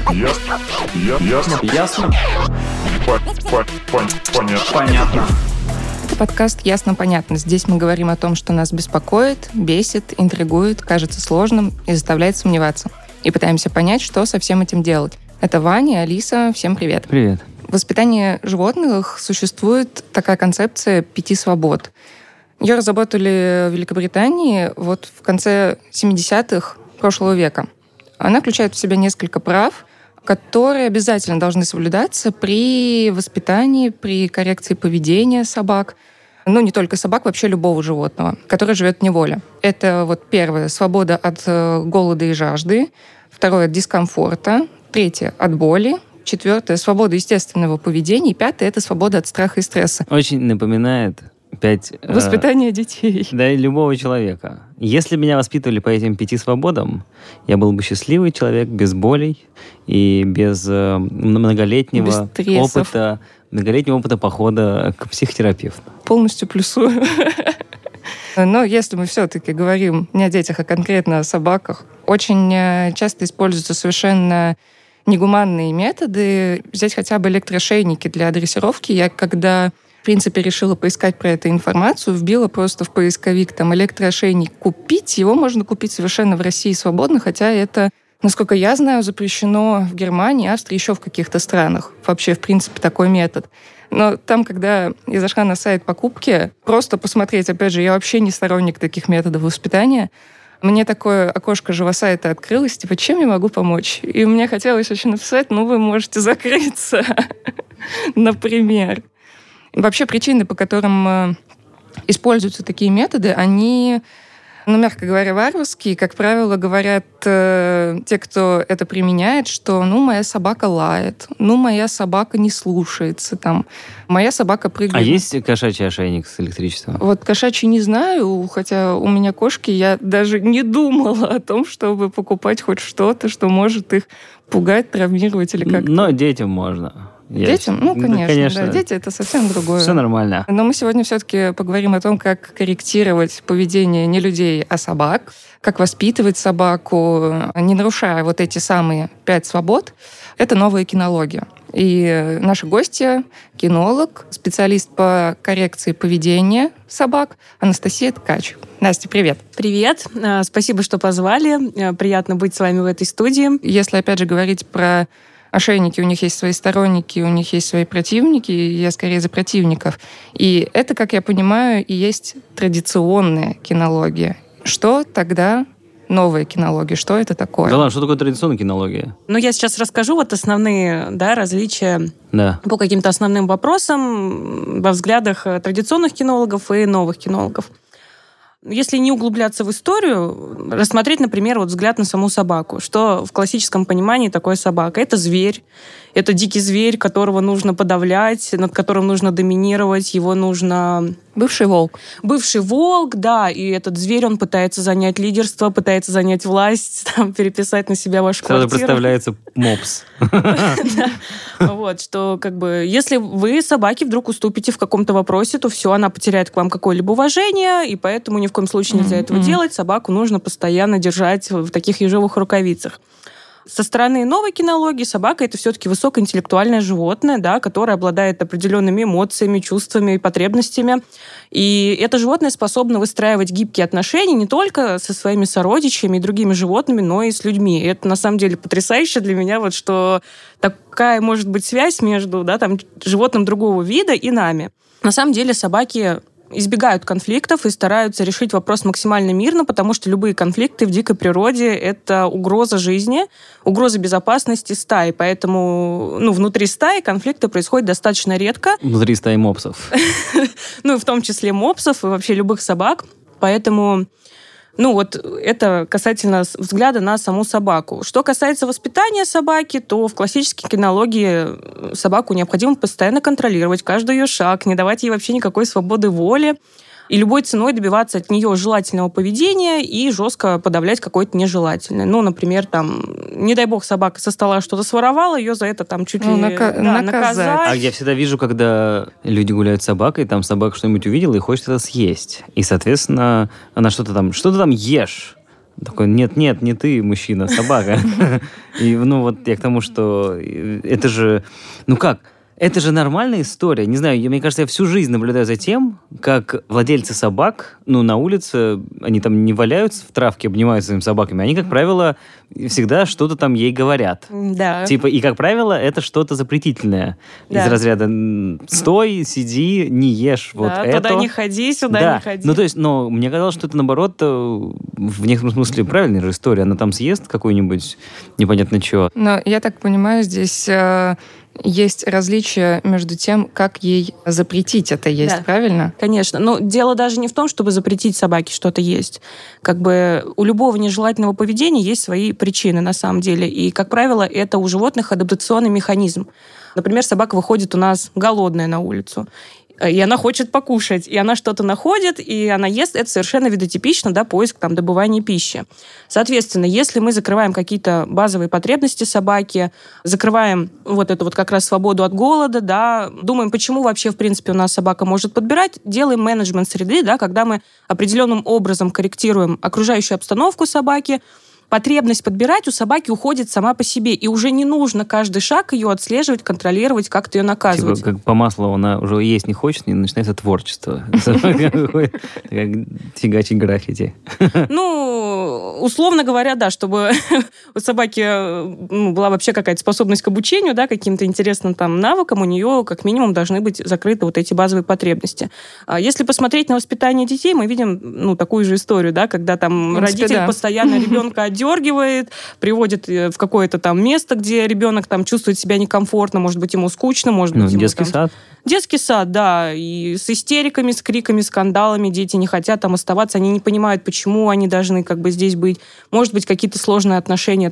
Ясно? Понятно. Это подкаст «Ясно-понятно». Здесь мы говорим о том, что нас беспокоит, бесит, интригует, кажется сложным и заставляет сомневаться. И пытаемся понять, что со всем этим делать. Это Ваня, Алиса. Всем привет. Привет. В воспитании животных существует такая концепция 5 свобод. Ее разработали в Великобритании в конце 70-х прошлого века. Она включает в себя несколько прав, которые обязательно должны соблюдаться при воспитании, при коррекции поведения собак. Не только собак, вообще любого животного, которое живет в неволе. Это первое — свобода от голода и жажды. Второе — от дискомфорта. Третье — от боли. Четвертое — свобода естественного поведения. И пятое — это свобода от страха и стресса. Очень напоминает 5... Воспитание детей. Да, и любого человека. Если меня воспитывали по этим 5 свободам, я был бы счастливый человек без болей и без многолетнего опыта похода к психотерапевту. Полностью плюсую. Но если мы все-таки говорим не о детях, а конкретно о собаках, очень часто используются совершенно негуманные методы. Взять хотя бы электрошейники для дрессировки. Я когда, в принципе, решила поискать про эту информацию, вбила просто в поисковик электроошейник купить. Его можно купить совершенно в России свободно, хотя это, насколько я знаю, запрещено в Германии, Австрии, еще в каких-то странах. Вообще, в принципе, такой метод. Но там, когда я зашла на сайт покупки, просто посмотреть, опять же, я вообще не сторонник таких методов воспитания, мне такое окошко живосайта открылось, чем я могу помочь? И мне хотелось очень написать, вы можете закрыться, например. Вообще причины, по которым используются такие методы, они, мягко говоря, варварские. Как правило, говорят те, кто это применяет, что моя собака лает, моя собака не слушается, моя собака прыгает. А есть кошачий ошейник с электричеством? Кошачий не знаю, хотя у меня кошки, я даже не думала о том, чтобы покупать хоть что-то, что может их пугать, травмировать или как-то. Но детям можно. Детям? Конечно. Да, дети — это совсем другое. Все нормально. Но мы сегодня все-таки поговорим о том, как корректировать поведение не людей, а собак, как воспитывать собаку, не нарушая эти самые 5 свобод. Это новая кинология. И наша гостья — кинолог, специалист по коррекции поведения собак Анастасия Ткач. Настя, привет. Привет. Спасибо, что позвали. Приятно быть с вами в этой студии. Если, опять же, говорить про ошейники, у них есть свои сторонники, у них есть свои противники, я скорее за противников. И это, как я понимаю, и есть традиционная кинология. Что тогда новая кинология? Что это такое? Да ладно, что такое традиционная кинология? Я сейчас расскажу основные различия по каким-то основным вопросам во взглядах традиционных кинологов и новых кинологов. Если не углубляться в историю, рассмотреть, например, взгляд на саму собаку. Что в классическом понимании такое собака? Это зверь, это дикий зверь, которого нужно подавлять, над которым нужно доминировать, его нужно... Бывший волк. Бывший волк, да, и этот зверь, он пытается занять лидерство, пытается занять власть, переписать на себя вашу квартиру. Сразу представляется мопс. Что если вы собаке вдруг уступите в каком-то вопросе, то все, она потеряет к вам какое-либо уважение, и поэтому ни в коем случае нельзя этого делать. Собаку нужно постоянно держать в таких ежовых рукавицах. Со стороны новой кинологии собака — это все-таки высокоинтеллектуальное животное, которое обладает определенными эмоциями, чувствами и потребностями. И это животное способно выстраивать гибкие отношения не только со своими сородичами и другими животными, но и с людьми. И это на самом деле потрясающе для меня, что такая может быть связь между животным другого вида и нами. На самом деле собаки избегают конфликтов и стараются решить вопрос максимально мирно, потому что любые конфликты в дикой природе — это угроза жизни, угроза безопасности стаи. Поэтому внутри стаи конфликты происходят достаточно редко. Внутри стаи мопсов. В том числе мопсов и вообще любых собак. Поэтому... это касательно взгляда на саму собаку. Что касается воспитания собаки, то в классической кинологии собаку необходимо постоянно контролировать каждый ее шаг, не давать ей вообще никакой свободы воли. и любой ценой добиваться от нее желательного поведения и жестко подавлять какое-то нежелательное. Ну, например, там, не дай бог, собака со стола что-то своровала, ее за это там чуть ли наказать. А я всегда вижу, когда люди гуляют с собакой, там собака что-нибудь увидела и хочет это съесть. И, соответственно, она что-то там ешь. Такой, нет, не ты, мужчина, собака. И, вот я к тому, что это же, это же нормальная история. Не знаю, мне кажется, я всю жизнь наблюдаю за тем, как владельцы собак, на улице, они там не валяются в травке, обнимаются своими собаками, они, как правило, всегда что-то там ей говорят. Да. И, как правило, это что-то запретительное. Да. Из разряда «стой, сиди, не ешь вот это». Туда не ходи, сюда не ходи. Но мне казалось, что это, наоборот, в некотором смысле правильная же история. Она там съест какую-нибудь непонятно чего. Но я так понимаю, здесь... Есть различия между тем, как ей запретить это есть, правильно? Конечно. Но дело даже не в том, чтобы запретить собаке что-то есть. У любого нежелательного поведения есть свои причины на самом деле. И, как правило, это у животных адаптационный механизм. Например, собака выходит у нас голодная на улицу, и она хочет покушать, и она что-то находит, и она ест. Это совершенно видотипично, поиск, добывания пищи. Соответственно, если мы закрываем какие-то базовые потребности собаки, закрываем эту как раз свободу от голода, думаем, почему вообще, в принципе, у нас собака может подбирать, делаем менеджмент среды, когда мы определенным образом корректируем окружающую обстановку собаки, потребность подбирать у собаки уходит сама по себе, и уже не нужно каждый шаг ее отслеживать, контролировать, как-то ее наказывать. Как по маслу она уже есть не хочет, и начинается творчество. Как фигачить граффити. Условно говоря, чтобы у собаки была вообще какая-то способность к обучению, каким-то интересным навыкам, у нее как минимум должны быть закрыты эти базовые потребности. Если посмотреть на воспитание детей, мы видим такую же историю, когда родитель постоянно ребенка отдергивает, приводит в какое-то место, где ребенок чувствует себя некомфортно, может быть, ему скучно, может быть, ему... Детский сад. Детский сад, да, и с истериками, с криками, скандалами дети не хотят оставаться, они не понимают, почему они должны здесь быть. Может быть, какие-то сложные отношения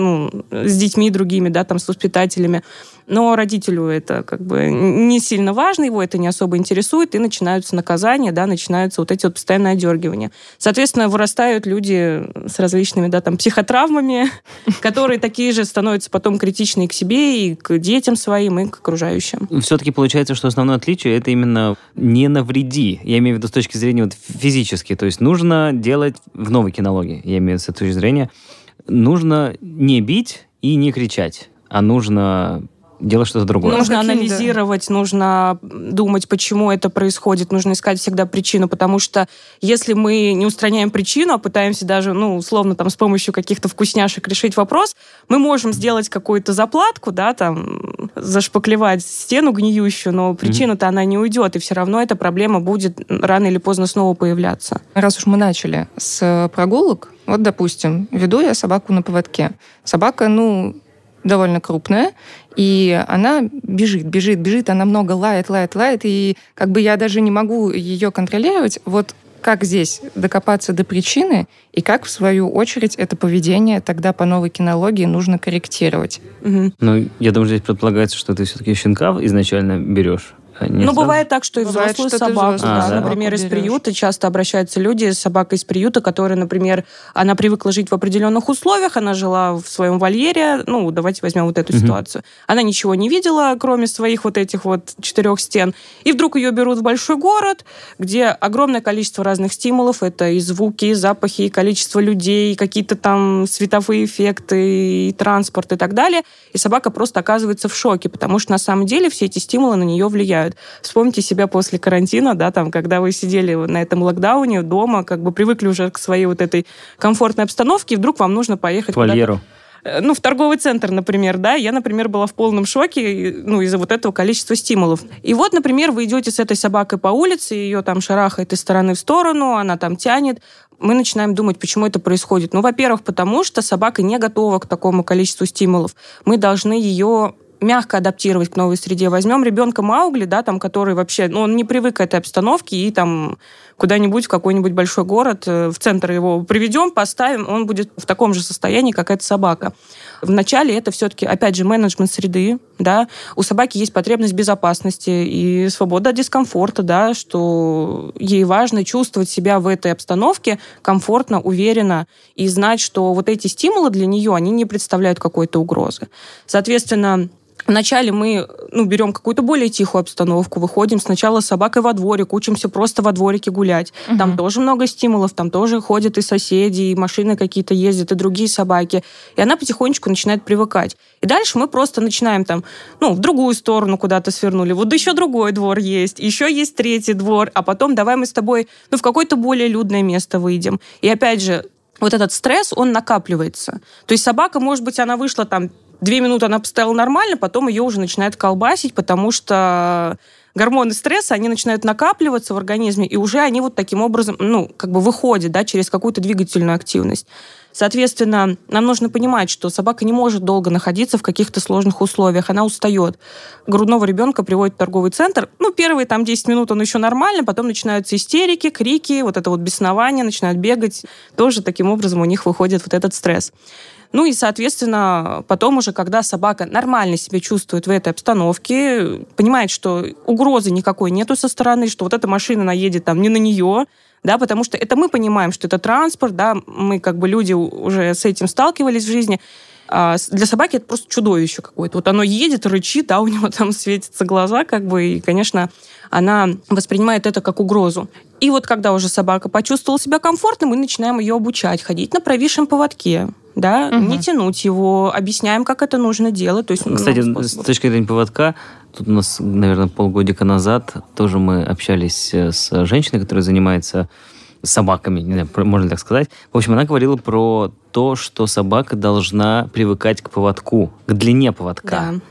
с детьми другими, с воспитателями. Но родителю это не сильно важно, его это не особо интересует, и начинаются наказания, начинаются эти постоянные отдергивания. Соответственно, вырастают люди с различными, психотравмами, которые такие же становятся потом критичны и к себе, и к детям своим, и к окружающим. Все-таки получается, что основное отличие — это именно не навреди. Я имею в виду с точки зрения физически. То есть нужно делать в новой кинологии, я имею в виду с точки зрения, нужно не бить и не кричать, а нужно делать что-то другое. Нужно анализировать, нужно думать, почему это происходит, нужно искать всегда причину, потому что если мы не устраняем причину, а пытаемся даже, условно, с помощью каких-то вкусняшек решить вопрос, мы можем сделать какую-то заплатку, зашпаклевать стену гниющую, но причина-то она не уйдет, и все равно эта проблема будет рано или поздно снова появляться. Раз уж мы начали с прогулок, допустим, веду я собаку на поводке. Собака, довольно крупная, и она бежит, она много лает, и я даже не могу ее контролировать. Как здесь докопаться до причины, и как, в свою очередь, это поведение тогда по новой кинологии нужно корректировать? Я думаю, здесь предполагается, что ты все-таки щенка изначально берешь. Бывает так, что и взрослую собаку, например, из приюта. Часто обращаются люди с собакой из приюта, которая, например, она привыкла жить в определенных условиях, она жила в своем вольере, давайте возьмем эту ситуацию. Она ничего не видела, кроме своих этих 4 стен, и вдруг ее берут в большой город, где огромное количество разных стимулов, это и звуки, и запахи, и количество людей, и какие-то световые эффекты, и транспорт, и так далее, и собака просто оказывается в шоке, потому что на самом деле все эти стимулы на нее влияют. Вспомните себя после карантина, когда вы сидели на этом локдауне дома, привыкли уже к своей этой комфортной обстановке, и вдруг вам нужно поехать к вольеру. В торговый центр, например, Я, например, была в полном шоке, из-за этого количества стимулов. И например, вы идете с этой собакой по улице, ее шарахает из стороны в сторону, она тянет. Мы начинаем думать, почему это происходит. Во-первых, потому что собака не готова к такому количеству стимулов. Мы должны ее мягко адаптировать к новой среде. Возьмем ребенка Маугли, который вообще, он не привык к этой обстановке, и куда-нибудь в какой-нибудь большой город, в центр его приведем, поставим, он будет в таком же состоянии, как эта собака. Вначале это все-таки, опять же, менеджмент среды, У собаки есть потребность безопасности и свобода от дискомфорта, что ей важно чувствовать себя в этой обстановке комфортно, уверенно и знать, что эти стимулы для нее, они не представляют какой-то угрозы. Соответственно, Вначале мы берем какую-то более тихую обстановку, выходим сначала с собакой во дворик, учимся просто во дворике гулять. Там тоже много стимулов, там тоже ходят и соседи, и машины какие-то ездят, и другие собаки. И она потихонечку начинает привыкать. И дальше мы просто начинаем в другую сторону куда-то свернули. Вот еще другой двор есть, еще есть третий двор, а потом давай мы с тобой в какое-то более людное место выйдем. И опять же, вот этот стресс, он накапливается. То есть собака, может быть, она вышла 2 минуты она постояла нормально, потом ее уже начинает колбасить, потому что гормоны стресса, они начинают накапливаться в организме, и уже они вот таким образом, выходят, через какую-то двигательную активность. Соответственно, нам нужно понимать, что собака не может долго находиться в каких-то сложных условиях, она устает. Грудного ребенка приводят в торговый центр, первые 10 минут он еще нормально, потом начинаются истерики, крики, вот это вот беснование, начинают бегать. Тоже таким образом у них выходит вот этот стресс. И, соответственно, потом уже, когда собака нормально себя чувствует в этой обстановке, понимает, что угрозы никакой нету со стороны, что вот эта машина наедет не на нее, потому что это мы понимаем, что это транспорт, мы люди уже с этим сталкивались в жизни. А для собаки это просто чудовище какое-то. Вот оно едет, рычит, у него светятся глаза, и, конечно, она воспринимает это как угрозу. И вот когда уже собака почувствовала себя комфортно, мы начинаем ее обучать, ходить на провисшем поводке, не тянуть его, объясняем, как это нужно делать. То есть, кстати, с точки зрения поводка, тут у нас, наверное, полгодика назад тоже мы общались с женщиной, которая занимается собаками, не знаю, можно так сказать. В общем, она говорила про то, что собака должна привыкать к поводку, к длине поводка. Да.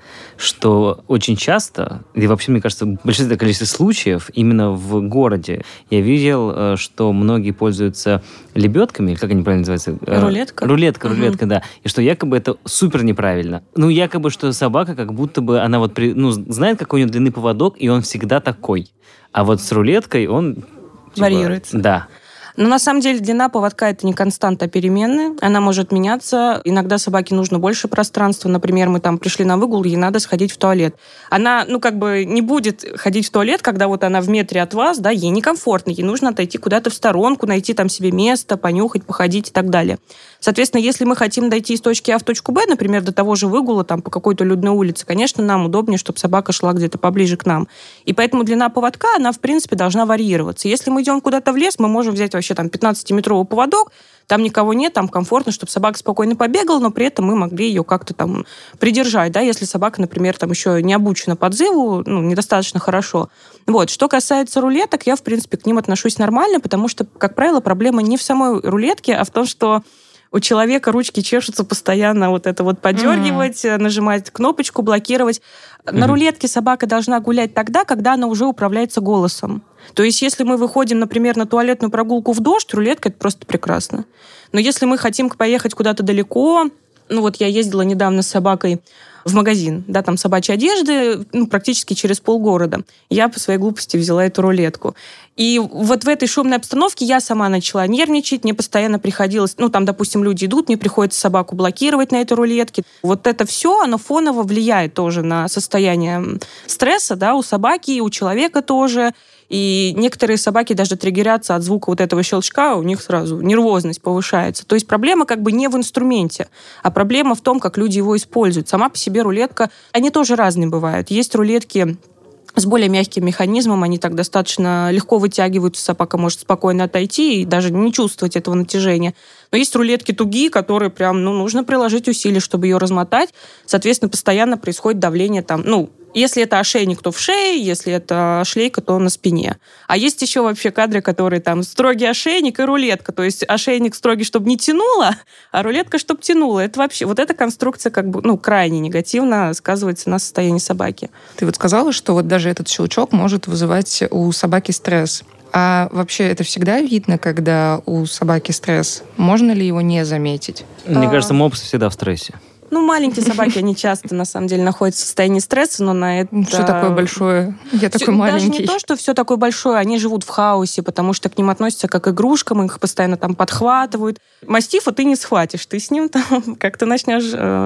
Что очень часто, и вообще, мне кажется, большое количество случаев именно в городе я видел, что многие пользуются лебедками, как они правильно называются? Рулетка. Рулетка, да. И что якобы это супер неправильно. Якобы, что собака как будто бы, она знает, какой у нее длины поводок, и он всегда такой. А вот с рулеткой он... варьируется. Да. Но на самом деле длина поводка – это не константа, а переменная. Она может меняться. Иногда собаке нужно больше пространства. Например, мы пришли на выгул, ей надо сходить в туалет. Она, не будет ходить в туалет, когда вот она в метре от вас, ей некомфортно. Ей нужно отойти куда-то в сторонку, найти себе место, понюхать, походить и так далее. Соответственно, если мы хотим дойти из точки А в точку Б, например, до того же выгула, по какой-то людной улице, конечно, нам удобнее, чтобы собака шла где-то поближе к нам. И поэтому длина поводка, она, в принципе, должна варьироваться. Если мы идем куда-то в лес, мы можем взять вообще 15-метровый поводок, там никого нет, там комфортно, чтобы собака спокойно побегала, но при этом мы могли ее как-то придержать, если собака, например, еще не обучена подзыву, недостаточно хорошо. Вот. Что касается рулеток, я, в принципе, к ним отношусь нормально, потому что, как правило, проблема не в самой рулетке, а в том, что у человека ручки чешутся постоянно вот это вот подергивать, нажимать кнопочку, блокировать. На рулетке собака должна гулять тогда, когда она уже управляется голосом. То есть, если мы выходим, например, на туалетную прогулку в дождь, рулетка — это просто прекрасно. Но если мы хотим поехать куда-то далеко, я ездила недавно с собакой в магазин, там собачьей одежды, практически через полгорода. Я по своей глупости взяла эту рулетку. И вот в этой шумной обстановке я сама начала нервничать, мне постоянно приходилось, допустим, люди идут, мне приходится собаку блокировать на этой рулетке. Вот это все, оно фоново влияет тоже на состояние стресса, у собаки, и у человека тоже. И некоторые собаки даже триггерятся от звука вот этого щелчка, у них сразу нервозность повышается. То есть проблема не в инструменте, а проблема в том, как люди его используют. Сама по себе рулетка, они тоже разные бывают. Есть рулетки с более мягким механизмом, они так достаточно легко вытягиваются, собака может спокойно отойти и даже не чувствовать этого натяжения. Но есть рулетки тугие, которые прям, нужно приложить усилия, чтобы ее размотать. Соответственно, постоянно происходит давление если это ошейник, то в шее, если это шлейка, то на спине. А есть еще вообще кадры, которые строгий ошейник и рулетка. То есть ошейник строгий, чтобы не тянуло, а рулетка, чтобы тянуло. Это вообще, вот эта конструкция крайне негативно сказывается на состоянии собаки. Ты сказала, что даже этот щелчок может вызывать у собаки стресс. А вообще это всегда видно, когда у собаки стресс? Можно ли его не заметить? Мне кажется, мопсы всегда в стрессе. Маленькие собаки, они часто, на самом деле, находятся в состоянии стресса, но на это... Что такое большое? Я такой маленький. Даже не то, что все такое большое, они живут в хаосе, потому что к ним относятся как к игрушкам, их постоянно подхватывают. Мастифа ты не схватишь, ты с ним как-то начнешь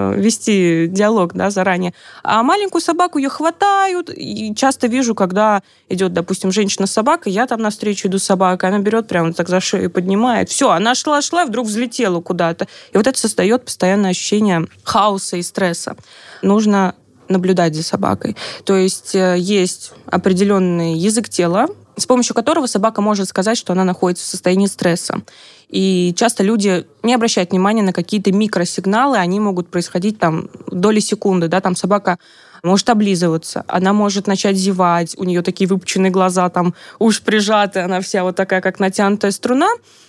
вести диалог, заранее. А маленькую собаку ее хватают, и часто вижу, когда идет, допустим, женщина с собакой, я навстречу иду с собакой, она берет прямо так за шею и поднимает. Все, она шла, и вдруг взлетела куда-то. И вот это создает постоянное ощущение хаоса и стресса. Нужно наблюдать за собакой. То есть есть определенный язык тела, с помощью которого собака может сказать, что она находится в состоянии стресса. И часто люди не обращают внимания на какие-то микросигналы, они могут происходить там доли секунды, да, там собака может облизываться, она может начать зевать, у нее такие выпученные глаза, там уши прижаты, она вся вот такая, как натянутая струна,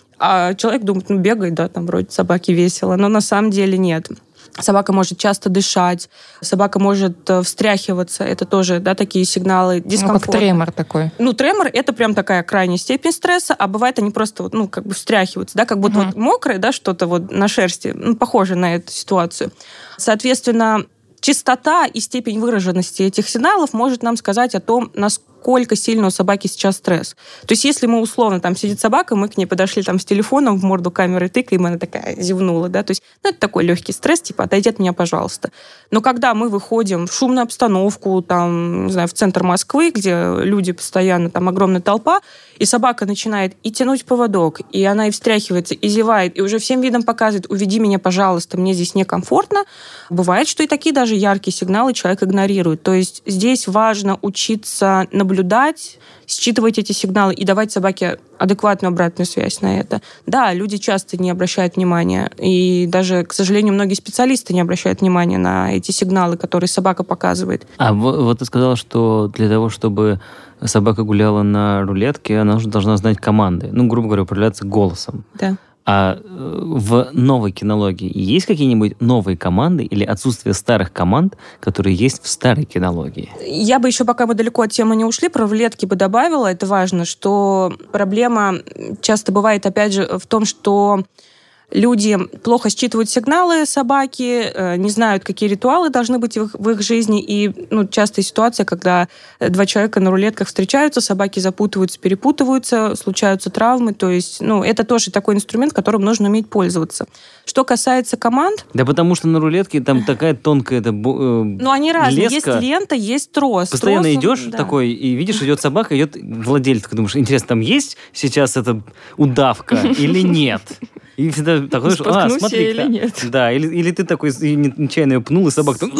а человек думает, бегает, да, там вроде собаке весело, но на самом деле нет. Собака может часто дышать, собака может встряхиваться. Это тоже, да, такие сигналы дискомфорта. Как тремор такой. Тремор — это прям такая крайняя степень стресса, а бывает они просто как бы встряхиваются, да, как будто вот мокрое, да, что-то вот на шерсти, похоже на эту ситуацию. Соответственно, частота и степень выраженности этих сигналов может нам сказать о том, насколько сильно у собаки сейчас стресс. То есть если мы условно, там сидит собака, мы к ней подошли там с телефоном, в морду камеры тыкаем, она такая зевнула, да, то есть это такой легкий стресс, типа отойди от меня, пожалуйста. Но когда мы выходим в шумную обстановку, там, не знаю, в центр Москвы, где люди постоянно, там огромная толпа, и собака начинает и тянуть поводок, и она и встряхивается, и зевает, и уже всем видом показывает, уведи меня, пожалуйста, мне здесь некомфортно. Бывает, что и такие даже яркие сигналы человек игнорирует. То есть здесь важно учиться наблюдать, считывать эти сигналы и давать собаке адекватную обратную связь на это. Да, люди часто не обращают внимания, и даже, к сожалению, многие специалисты не обращают внимания на эти сигналы, которые собака показывает. А вот ты сказала, что для того, чтобы собака гуляла на рулетке, она уже должна знать команды. Грубо говоря, управляться голосом. Да. А в новой кинологии есть какие-нибудь новые команды или отсутствие старых команд, которые есть в старой кинологии? Я бы еще, пока мы далеко от темы не ушли, про рулетки бы добавила. Это важно, что проблема часто бывает, опять же, в том, что люди плохо считывают сигналы собаки, не знают, какие ритуалы должны быть в их жизни. И частая ситуация, когда два человека на рулетках встречаются, собаки запутываются, перепутываются, случаются травмы. То есть это тоже такой инструмент, которым нужно уметь пользоваться. Что касается команд... Да потому что на рулетке там такая тонкая они разные. Леска. Есть лента, есть трос. Постоянно идешь такой, и видишь, идет собака, идет владелец. Ты думаешь, интересно, там есть сейчас эта удавка или нет? И всегда такой, смотри, или нет. Да, или ты такой нечаянно ее пнул, и собака там...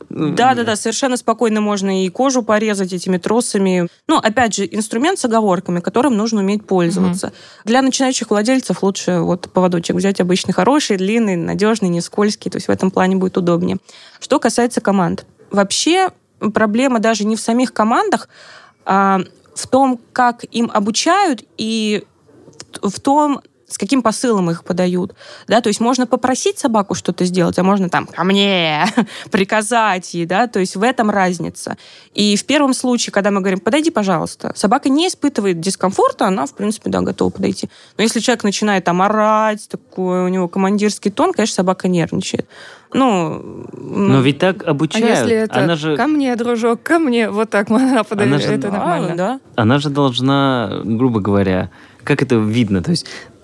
Да, совершенно спокойно можно и кожу порезать этими тросами. Опять же, инструмент с оговорками, которым нужно уметь пользоваться. Для начинающих владельцев лучше поводочек взять обычный хороший, длинный, надежный, не скользкий, то есть в этом плане будет удобнее. Что касается команд. Вообще проблема даже не в самих командах, а в том, как им обучают, и в том, с каким посылом их подают. Да, то есть можно попросить собаку что-то сделать, а можно там ко мне приказать ей, да, то есть в этом разница. И в первом случае, когда мы говорим, подойди, пожалуйста, собака не испытывает дискомфорта, она, в принципе, да, готова подойти. Но если человек начинает там орать, такой у него командирский тон, конечно, собака нервничает. Но ведь так обучают. А если это она же... ко мне, дружок, ко мне, вот так она подойдет, это нормально. Да? Она же должна, грубо говоря, как это видно, то есть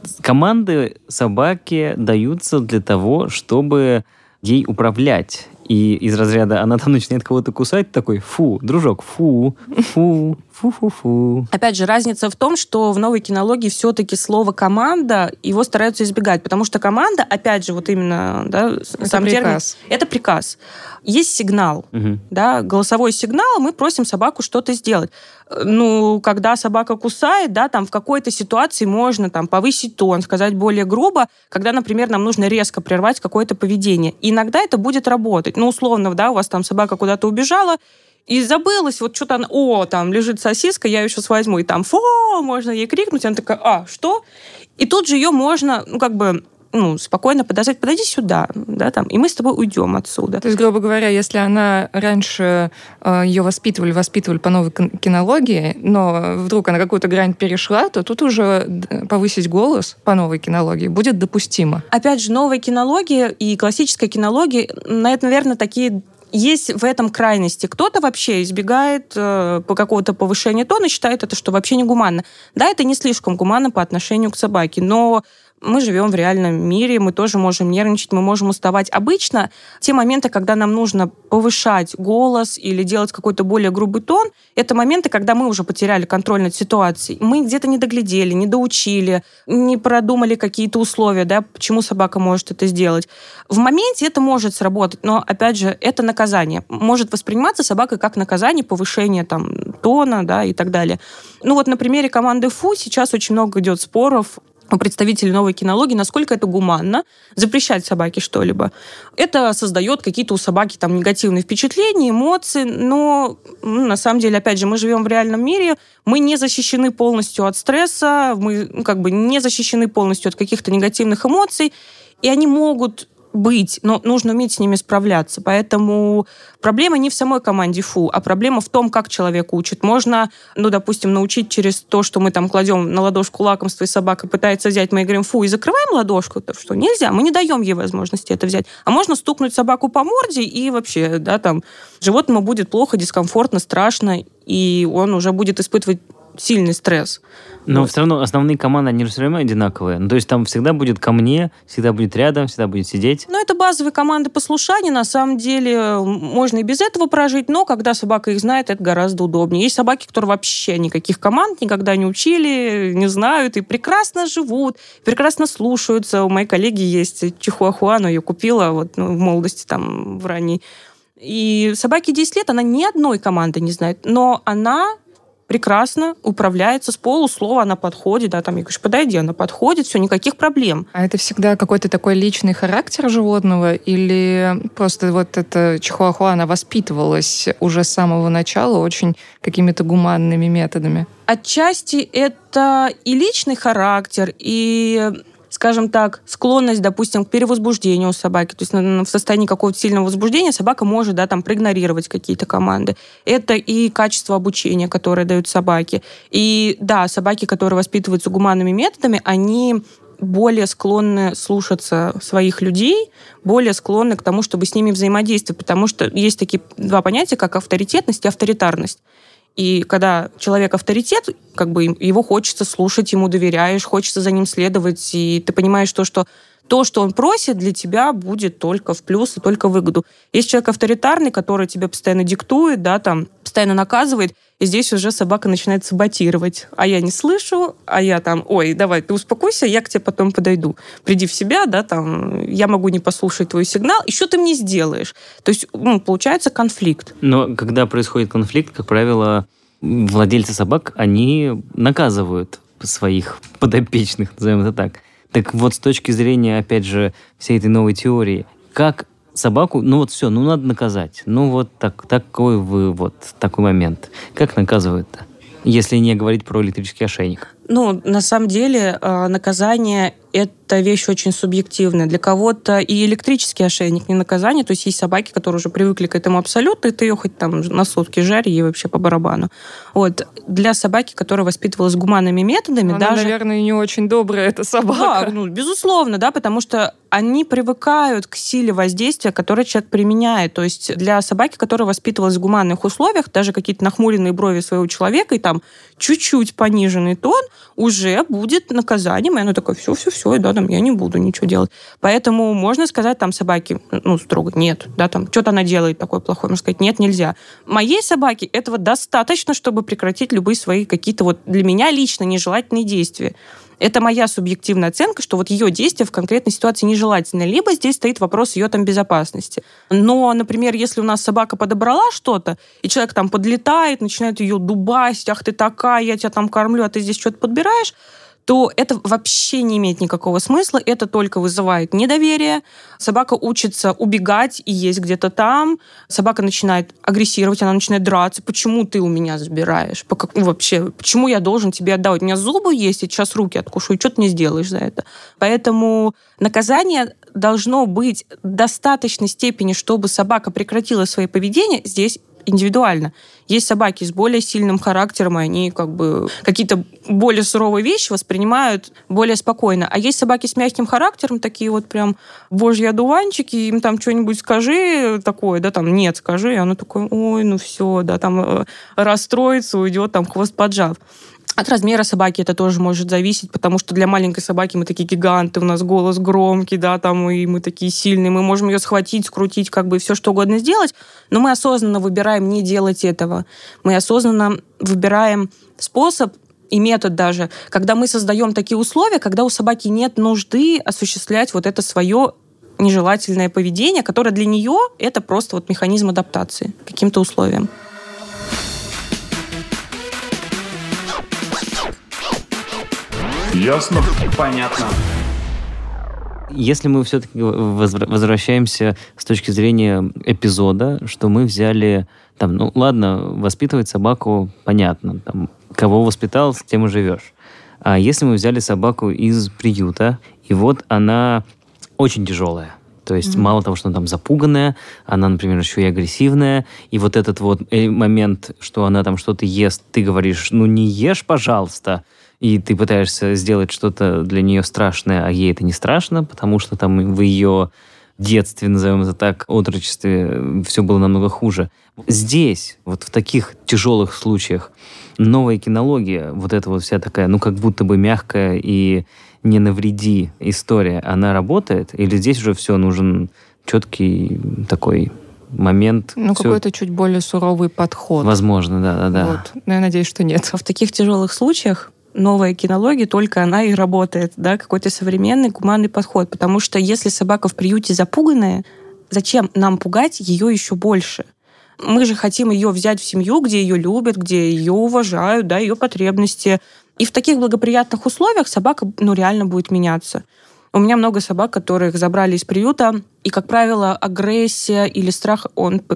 команды собаке даются для того, чтобы ей управлять. И из разряда она там начинает кого-то кусать, такой, фу, дружок, фу. Опять же, разница в том, что в новой кинологии все-таки слово «команда», его стараются избегать, потому что команда, опять же, вот именно, да, сам приказ. Термин, это приказ. Есть сигнал, да, голосовой сигнал, мы просим собаку что-то сделать. Когда собака кусает, да, там в какой-то ситуации можно там повысить тон, сказать более грубо, когда, например, нам нужно резко прервать какое-то поведение. И иногда это будет работать. Условно, да, у вас там собака куда-то убежала, и забылась, вот что-то она, там лежит сосиска, я ее сейчас возьму, и там, можно ей крикнуть, она такая, что? И тут же ее можно, спокойно подозвать, подойди сюда, да, там, и мы с тобой уйдем отсюда. То есть, грубо говоря, если она раньше ее воспитывали по новой кинологии, но вдруг она какую-то грань перешла, то тут уже повысить голос по новой кинологии будет допустимо. Опять же, новая кинология и классическая кинология, наверное, такие... Есть в этом крайности. Кто-то вообще избегает по какого-то повышения тона, считает это, что вообще не гуманно. Да, это не слишком гуманно по отношению к собаке, но Мы живем в реальном мире, мы тоже можем нервничать, мы можем уставать. Обычно те моменты, когда нам нужно повышать голос или делать какой-то более грубый тон, это моменты, когда мы уже потеряли контроль над ситуацией. Мы где-то не доглядели, не доучили, не продумали какие-то условия, да, почему собака может это сделать. В моменте это может сработать, но, опять же, это наказание. Может восприниматься собакой как наказание, повышение там, тона, да, и так далее. Ну вот на примере команды ФУ сейчас очень много идет споров у представителей новой кинологии, насколько это гуманно запрещать собаке что-либо. Это создает какие-то у собаки там негативные впечатления, эмоции, но на самом деле, опять же, мы живем в реальном мире, мы не защищены полностью от стресса, мы не защищены полностью от каких-то негативных эмоций, и они могут быть, но нужно уметь с ними справляться. Поэтому проблема не в самой команде ФУ, а проблема в том, как человек учит. Можно, допустим, научить через то, что мы там кладем на ладошку лакомство, и собака пытается взять, мы говорим «фу» и закрываем ладошку, то что нельзя, мы не даем ей возможности это взять. А можно стукнуть собаку по морде, и вообще, да, там, животному будет плохо, дискомфортно, страшно, и он уже будет испытывать сильный стресс. Но вот. Все равно основные команды, они же все равно одинаковые. Ну, то есть там всегда будет ко мне, всегда будет рядом, всегда будет сидеть. Ну, это базовые команды послушания. На самом деле можно и без этого прожить, но когда собака их знает, это гораздо удобнее. Есть собаки, которые вообще никаких команд никогда не учили, не знают и прекрасно живут, прекрасно слушаются. У моей коллеги есть чихуахуа, но ее купила в молодости, там, в ранней. И собаке 10 лет, она ни одной команды не знает, но она прекрасно управляется с полуслова, она подходит, да, там, я говорю, подойди, она подходит, все, никаких проблем. А это всегда какой-то такой личный характер животного или просто вот эта чихуахуа, она воспитывалась уже с самого начала очень какими-то гуманными методами? Отчасти это и личный характер, и, скажем так, склонность, допустим, к перевозбуждению у собаки. То есть в состоянии какого-то сильного возбуждения собака может, да, там, проигнорировать какие-то команды. Это и качество обучения, которое дают собаки. И да, собаки, которые воспитываются гуманными методами, они более склонны слушаться своих людей, более склонны к тому, чтобы с ними взаимодействовать, потому что есть такие два понятия, как авторитетность и авторитарность. И когда человек авторитет, его хочется слушать, ему доверяешь, хочется за ним следовать, и ты понимаешь что то, что он просит, для тебя будет только в плюс и только в выгоду. Есть человек авторитарный, который тебе постоянно диктует, да, там, постоянно наказывает, и здесь уже собака начинает саботировать. А я не слышу, а я там, ой, давай, ты успокойся, я к тебе потом подойду. Приди в себя, да, там, я могу не послушать твой сигнал, и что ты мне сделаешь? То есть, получается конфликт. Но когда происходит конфликт, как правило, владельцы собак, они наказывают своих подопечных, назовем это так. Так вот, с точки зрения, опять же, всей этой новой теории, как собаку, надо наказать. Такой момент. Как наказывают-то? Если не говорить про электрический ошейник. На самом деле, наказание – это вещь очень субъективная. Для кого-то и электрический ошейник не наказание, то есть есть собаки, которые уже привыкли к этому абсолютно, и ты ее хоть там на сутки жарь, ей вообще по барабану. Вот. Для собаки, которая воспитывалась гуманными методами, она, наверное, не очень добрая, эта собака. Да, безусловно, да, потому что они привыкают к силе воздействия, которое человек применяет. То есть для собаки, которая воспитывалась в гуманных условиях, даже какие-то нахмуренные брови своего человека и там чуть-чуть пониженный тон уже будет наказанием, и она такая, все, да, там, я не буду ничего делать. Поэтому можно сказать там собаке, строго, нет, да, там, что-то она делает такое плохое, можно сказать, нет, нельзя. Моей собаке этого достаточно, чтобы прекратить любые свои какие-то для меня лично нежелательные действия. Это моя субъективная оценка, что ее действия в конкретной ситуации нежелательны. Либо здесь стоит вопрос ее там безопасности. Но, например, если у нас собака подобрала что-то, и человек там подлетает, начинает ее дубасить, ах ты такая, я тебя там кормлю, а ты здесь что-то подбираешь, то это вообще не имеет никакого смысла, это только вызывает недоверие. Собака учится убегать и есть где-то там. Собака начинает агрессировать, она начинает драться. Почему ты у меня забираешь? Вообще, почему я должен тебе отдавать? У меня зубы есть, я сейчас руки откушу, и что ты мне сделаешь за это? Поэтому наказание должно быть в достаточной степени, чтобы собака прекратила свое поведение здесь индивидуально. Есть собаки с более сильным характером, и они какие-то более суровые вещи воспринимают более спокойно. А есть собаки с мягким характером, такие прям божьи одуванчики, им там что-нибудь скажи такое, да, там нет, скажи, и оно такое, ой, все, да, там расстроится, уйдет, там хвост поджав. От размера собаки это тоже может зависеть, потому что для маленькой собаки мы такие гиганты, у нас голос громкий, да, там, и мы такие сильные, мы можем ее схватить, скрутить, как бы все что угодно сделать, но мы осознанно выбираем не делать этого. Мы осознанно выбираем способ и метод даже, когда мы создаем такие условия, когда у собаки нет нужды осуществлять вот это свое нежелательное поведение, которое для нее это просто вот механизм адаптации к каким-то условиям. Ясно? Понятно. Если мы все-таки возвращаемся с точки зрения эпизода, что мы взяли, там, ну ладно, воспитывать собаку, понятно, там, кого воспитал, с тем и живешь. А если мы взяли собаку из приюта, и вот она очень тяжелая, то есть мало того, что она там запуганная, она, например, еще и агрессивная, и вот этот вот момент, что она там что-то ест, ты говоришь, ну не ешь, пожалуйста, и ты пытаешься сделать что-то для нее страшное, а ей это не страшно, потому что там в ее детстве, назовем это так, отрочестве, все было намного хуже. Здесь, вот в таких тяжелых случаях, новая кинология, вот эта вот вся такая, ну как будто бы мягкая и не навреди история, она работает? Или здесь уже все, нужен четкий такой момент? Ну, какой-то чуть более суровый подход. Возможно, да. Вот. Но я надеюсь, что нет. В таких тяжелых случаях новая кинология, только она и работает, да, какой-то современный гуманный подход. Потому что если собака в приюте запуганная, зачем нам пугать ее еще больше? Мы же хотим ее взять в семью, где ее любят, где ее уважают, да, ее потребности. И в таких благоприятных условиях собака, ну, реально будет меняться. У меня много собак, которых забрали из приюта, и, как правило, агрессия или страх,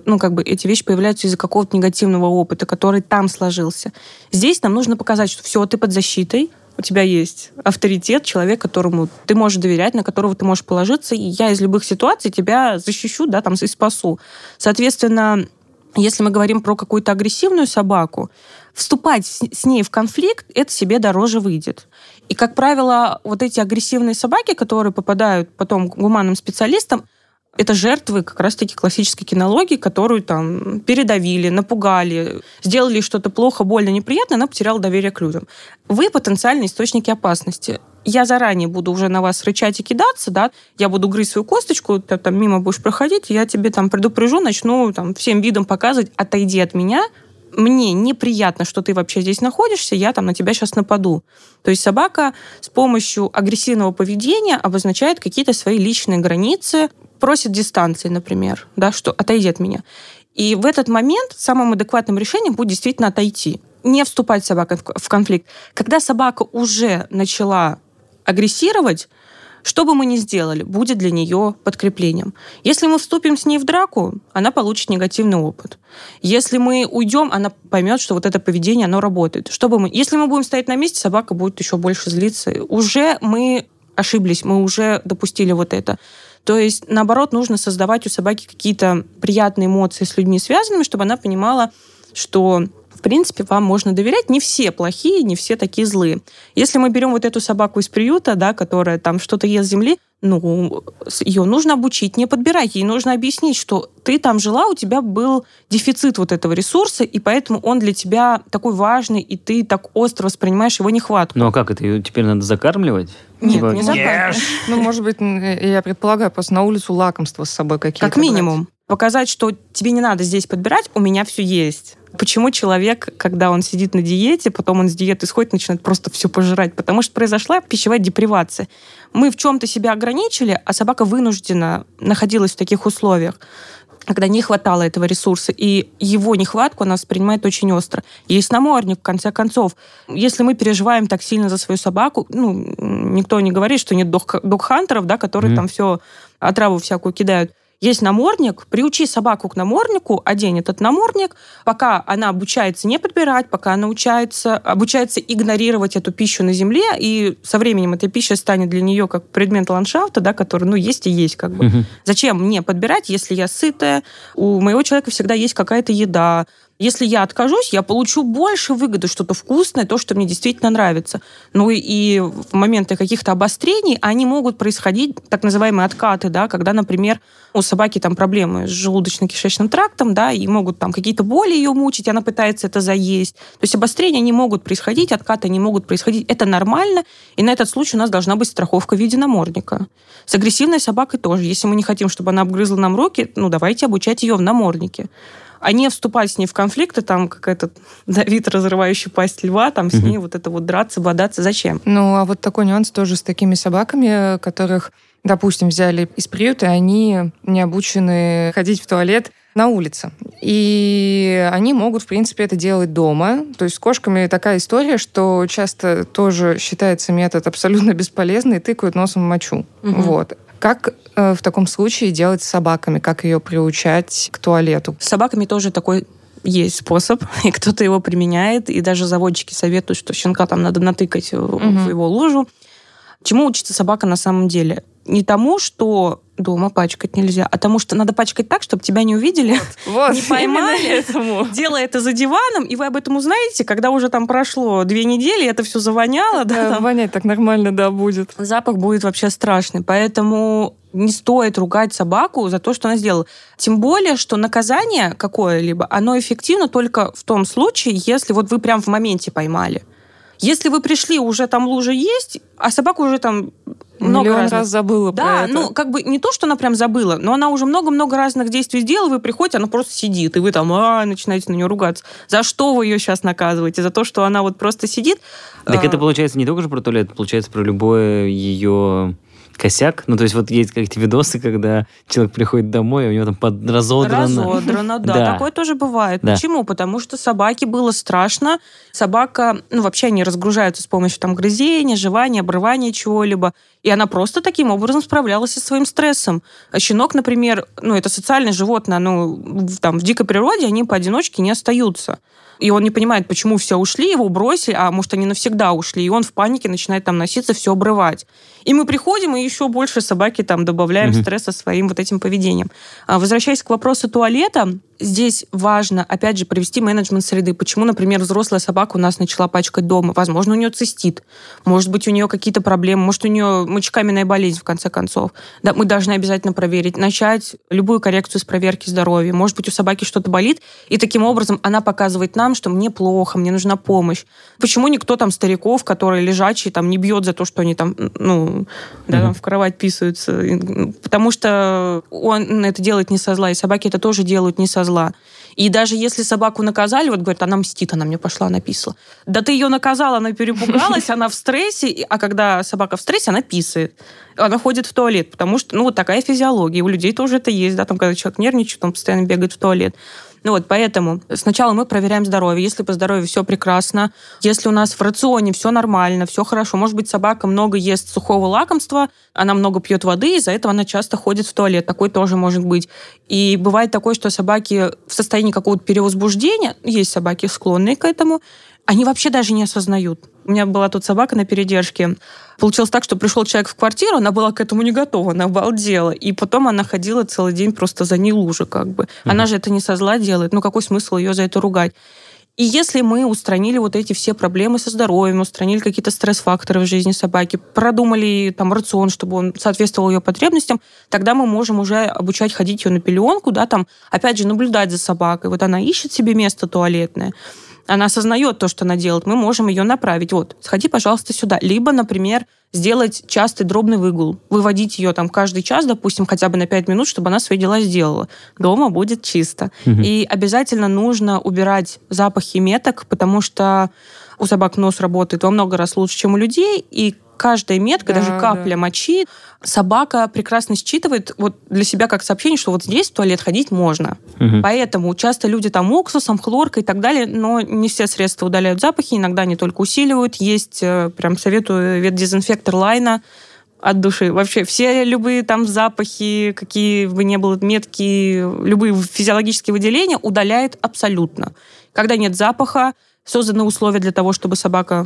эти вещи появляются из-за какого-то негативного опыта, который там сложился. Здесь нам нужно показать, что все, ты под защитой, у тебя есть авторитет, человек, которому ты можешь доверять, на которого ты можешь положиться, и я из любых ситуаций тебя защищу, да, там, и спасу. Соответственно, если мы говорим про какую-то агрессивную собаку, вступать с ней в конфликт, это себе дороже выйдет. И, как правило, вот эти агрессивные собаки, которые попадают потом к гуманным специалистам, это жертвы как раз-таки классической кинологии, которую там передавили, напугали, сделали что-то плохо, больно, неприятно, она потеряла доверие к людям. Вы потенциальные источники опасности. Я заранее буду уже на вас рычать и кидаться, да, я буду грызть свою косточку, ты там мимо будешь проходить, я тебе там предупрежу, начну там всем видом показывать, отойди от меня, мне неприятно, что ты вообще здесь находишься, я там на тебя сейчас нападу. То есть собака с помощью агрессивного поведения обозначает какие-то свои личные границы, просит дистанции, например, да, что отойди от меня. И в этот момент самым адекватным решением будет действительно отойти. Не вступать собака в конфликт. Когда собака уже начала агрессировать, что бы мы ни сделали, будет для нее подкреплением. Если мы вступим с ней в драку, она получит негативный опыт. Если мы уйдем, она поймет, что вот это поведение, оно работает. Если мы будем стоять на месте, собака будет еще больше злиться. Уже мы ошиблись, мы уже допустили вот это. То есть, наоборот, нужно создавать у собаки какие-то приятные эмоции с людьми связанными, чтобы она понимала, что в принципе, вам можно доверять. Не все плохие, не все такие злые. Если мы берем вот эту собаку из приюта, да, которая там что-то ест с земли, ее нужно обучить, не подбирать. Ей нужно объяснить, что ты там жила, у тебя был дефицит вот этого ресурса, и поэтому он для тебя такой важный, и ты так остро воспринимаешь его нехватку. Ну а как это? Ее теперь надо закармливать? Нет, не закармливать. Может быть, я предполагаю, просто на улицу лакомства с собой какие-то. Как минимум. Показать, что тебе не надо здесь подбирать, у меня все есть. Почему человек, когда он сидит на диете, потом он с диеты сходит, начинает просто все пожирать? Потому что произошла пищевая депривация. Мы в чем-то себя ограничили, а собака вынуждена находилась в таких условиях, когда не хватало этого ресурса, и его нехватку она воспринимает очень остро. Есть намордник, в конце концов. Если мы переживаем так сильно за свою собаку, никто не говорит, что нет догхантеров, да, которые там все, отраву всякую кидают. Есть намордник, приучи собаку к наморднику, одень этот намордник, пока она обучается не подбирать, пока она обучается игнорировать эту пищу на земле, и со временем эта пища станет для нее как предмет ландшафта, да, который, есть и есть как бы. Зачем мне подбирать, если я сытая, у моего человека всегда есть какая-то еда, Если я откажусь, я получу больше выгоды, что-то вкусное, то, что мне действительно нравится. Ну и в моменты каких-то обострений они могут происходить, так называемые откаты, да, когда, например, у собаки там проблемы с желудочно-кишечным трактом, да, и могут там какие-то боли ее мучить, она пытается это заесть. То есть обострения не могут происходить, откаты не могут происходить. Это нормально, и на этот случай у нас должна быть страховка в виде намордника. С агрессивной собакой тоже. Если мы не хотим, чтобы она обгрызла нам руки, давайте обучать ее в наморднике. А не вступать с ней в конфликты, там, как этот Давид, разрывающий пасть льва, там, с ней вот это вот драться, бодаться. Зачем? А вот такой нюанс тоже с такими собаками, которых, допустим, взяли из приюта, и они не обучены ходить в туалет на улице. И они могут, в принципе, это делать дома. То есть с кошками такая история, что часто тоже считается метод абсолютно бесполезный, тыкают носом в мочу. Вот. Как в таком случае делать с собаками? Как ее приучать к туалету? С собаками тоже такой есть способ, и кто-то его применяет, и даже заводчики советуют, что щенка там надо натыкать в его лужу. Чему учится собака на самом деле? Не тому, что дома пачкать нельзя, а тому, что надо пачкать так, чтобы тебя не увидели, не поймали, делая это за диваном, и вы об этом узнаете, когда уже там прошло 2 недели, это все завоняло. Да, вонять так нормально, да, будет. Запах будет вообще страшный, поэтому не стоит ругать собаку за то, что она сделала. Тем более, что наказание какое-либо, оно эффективно только в том случае, если вот вы прям в моменте поймали. Если вы пришли, уже там лужа есть, а собака уже там много раз забыла про это. Да, как бы не то, что она прям забыла, но она уже много-много разных действий сделала, вы приходите, она просто сидит, и вы там начинаете на нее ругаться. За что вы ее сейчас наказываете? За то, что она вот просто сидит? Так это получается не только же про туалет, получается про любое ее косяк. То есть вот есть какие-то видосы, когда человек приходит домой, и у него там разодрано, да. Такое тоже бывает. Да. Почему? Потому что собаке было страшно. Собака, вообще они разгружаются с помощью там грызения, жевания, обрывания чего-либо. И она просто таким образом справлялась со своим стрессом. А щенок, например, это социальное животное, там в дикой природе они поодиночке не остаются. И он не понимает, почему все ушли, его бросили, а может, они навсегда ушли. И он в панике начинает там носиться, все обрывать. И мы приходим, и еще больше собаки там добавляем стресса своим вот этим поведением. Возвращаясь к вопросу туалета, здесь важно, опять же, провести менеджмент среды. Почему, например, взрослая собака у нас начала пачкать дома? Возможно, у нее цистит. Может быть, у нее какие-то проблемы. Может, у нее мочекаменная болезнь, в конце концов. Да, мы должны обязательно проверить. Начать любую коррекцию с проверки здоровья. Может быть, у собаки что-то болит, и таким образом она показывает нам, что мне плохо, мне нужна помощь. Почему никто там стариков, которые лежачие, там не бьет за то, что они там, там в кровать писаются? Потому что он это делает не со зла, и собаки это тоже делают не со зла. И даже если собаку наказали, вот говорят, она мстит, она мне пошла, она писала. Да ты ее наказала, она перепугалась, она в стрессе, а когда собака в стрессе, она писает. Она ходит в туалет, потому что, вот такая физиология. У людей тоже это есть, да, там, когда человек нервничает, он постоянно бегает в туалет. Поэтому сначала мы проверяем здоровье. Если по здоровью все прекрасно, если у нас в рационе все нормально, все хорошо, может быть, собака много ест сухого лакомства, она много пьет воды, из-за этого она часто ходит в туалет. Такой тоже может быть. И бывает такое, что собаки в состоянии какого-то перевозбуждения, есть собаки, склонные к этому, они вообще даже не осознают. У меня была тут собака на передержке. Получилось так, что пришел человек в квартиру, она была к этому не готова, она обалдела. И потом она ходила целый день просто за ней лужа как бы. Она же это не со зла делает. Какой смысл ее за это ругать? И если мы устранили вот эти все проблемы со здоровьем, устранили какие-то стресс-факторы в жизни собаки, продумали там рацион, чтобы он соответствовал ее потребностям, тогда мы можем уже обучать ходить ее на пеленку, да, там, опять же, наблюдать за собакой. Вот она ищет себе место туалетное, она осознает то, что она делает, мы можем ее направить. Вот, сходи, пожалуйста, сюда. Либо, например, сделать частый дробный выгул. Выводить ее там каждый час, допустим, хотя бы на 5 минут, чтобы она свои дела сделала. Дома будет чисто. И обязательно нужно убирать запахи меток, потому что у собак нос работает во много раз лучше, чем у людей, и каждая метка, даже капля мочи, собака прекрасно считывает вот для себя как сообщение, что вот здесь в туалет ходить можно. Поэтому часто люди там уксусом, хлоркой и так далее, но не все средства удаляют запахи, иногда они только усиливают. Есть, прям советую, ветдезинфектор Лайна от души. Вообще все любые там запахи, какие бы ни было метки, любые физиологические выделения удаляет абсолютно. Когда нет запаха, созданы условия для того, чтобы собака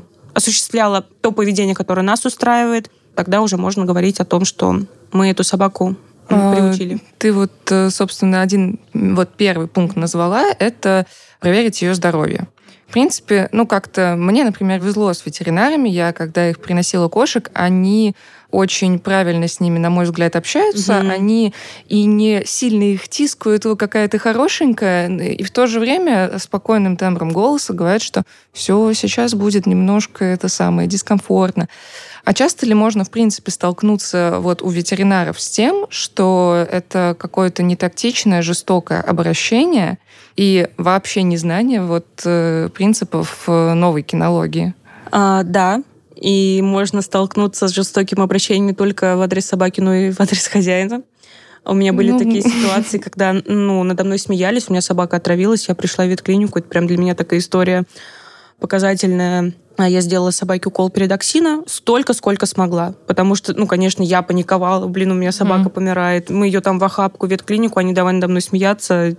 осуществляла то поведение, которое нас устраивает, тогда уже можно говорить о том, что мы эту собаку приучили? Ты вот, собственно, первый пункт назвала, это проверить ее здоровье. В принципе, как-то мне, например, везло с ветеринарами. Я, когда их приносила кошек, они очень правильно с ними, на мой взгляд, общаются. Они и не сильно их тискают, какая ты хорошенькая, и в то же время спокойным тембром голоса говорят, что все, сейчас будет немножко дискомфортно. А часто ли можно, в принципе, столкнуться у ветеринаров с тем, что это какое-то нетактичное, жестокое обращение и вообще незнание принципов новой кинологии? Да. И можно столкнуться с жестоким обращением не только в адрес собаки, но и в адрес хозяина. У меня были такие ситуации, когда надо мной смеялись, у меня собака отравилась, я пришла в ветклинику, это прям для меня такая история показательная. Я сделала собаке укол передоксина столько, сколько смогла. Потому что, конечно, я паниковала. У меня собака помирает. Мы ее там в охапку в ветклинику, они давай надо мной смеяться,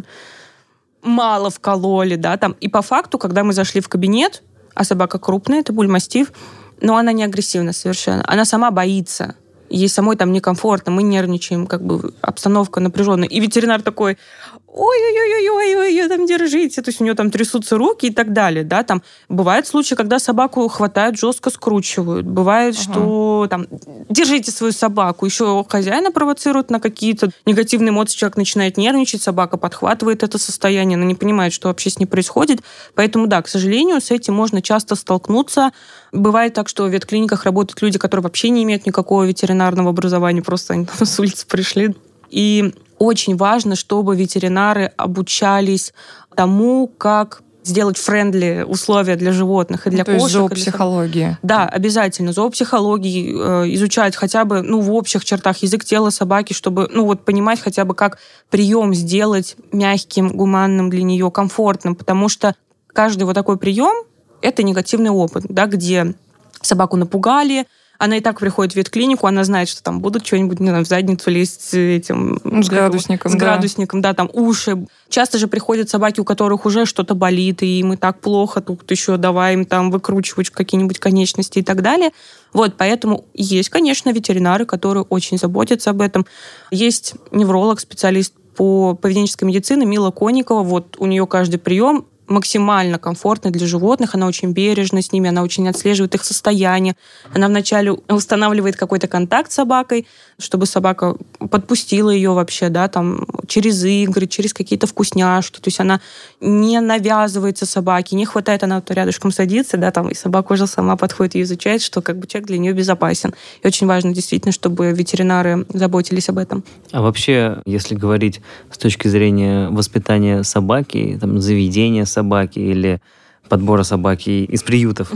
мало вкололи, да, там. И по факту, когда мы зашли в кабинет, а собака крупная, это бульмастиф, но она не агрессивна совершенно. Она сама боится. Ей самой там некомфортно, мы нервничаем, обстановка напряженная. И ветеринар такой: ой-ой-ой-ой-ой, там держите. То есть у нее там трясутся руки и так далее. Да? Там бывают случаи, когда собаку хватают, жестко скручивают. Бывает, что там держите свою собаку. Еще хозяина провоцируют на какие-то негативные эмоции. Человек начинает нервничать, собака подхватывает это состояние, она не понимает, что вообще с ней происходит. Поэтому, да, к сожалению, с этим можно часто столкнуться. Бывает так, что в ветклиниках работают люди, которые вообще не имеют никакого ветеринарного образования, просто они с улицы пришли. И очень важно, чтобы ветеринары обучались тому, как сделать френдли условия для животных и для кошек. То есть зоопсихология. Да, обязательно. Зоопсихологии изучать хотя бы в общих чертах язык тела собаки, чтобы понимать хотя бы, как прием сделать мягким, гуманным для нее, комфортным. Потому что каждый такой прием — это негативный опыт, да, где собаку напугали, она и так приходит в ветклинику, она знает, что там будут что-нибудь, в задницу лезть этим... С градусником. С градусником, да, там уши. Часто же приходят собаки, у которых уже что-то болит, и им и так плохо, тут еще давай им там выкручивать какие-нибудь конечности и так далее. Поэтому есть, конечно, ветеринары, которые очень заботятся об этом. Есть невролог, специалист по поведенческой медицине Мила Конникова. У нее каждый прием максимально комфортно для животных, она очень бережна с ними, она очень отслеживает их состояние. Она вначале устанавливает какой-то контакт с собакой, чтобы собака подпустила ее вообще, да, там, через игры, через какие-то вкусняшки. То есть она не навязывается собаке, не хватает, она рядышком садится, да, там, и собака уже сама подходит и изучает, что человек для нее безопасен. И очень важно действительно, чтобы ветеринары заботились об этом. А вообще, если говорить с точки зрения воспитания собаки, заведения собаки или подбора собаки из приютов,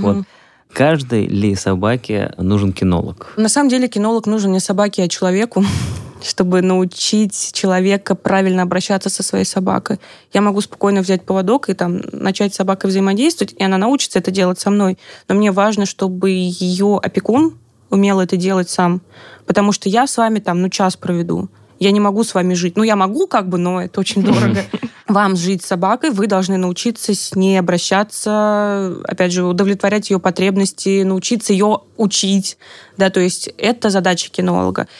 каждой ли собаке нужен кинолог? На самом деле кинолог нужен не собаке, а человеку, чтобы научить человека правильно обращаться со своей собакой. Я могу спокойно взять поводок и начать с собакой взаимодействовать, и она научится это делать со мной. Но мне важно, чтобы ее опекун умел это делать сам. Потому что я с вами час проведу. Я не могу с вами жить. Я могу но это очень дорого. Вам жить с собакой, вы должны научиться с ней обращаться, опять же, удовлетворять ее потребности, научиться ее учить. Да, то есть это задача кинолога.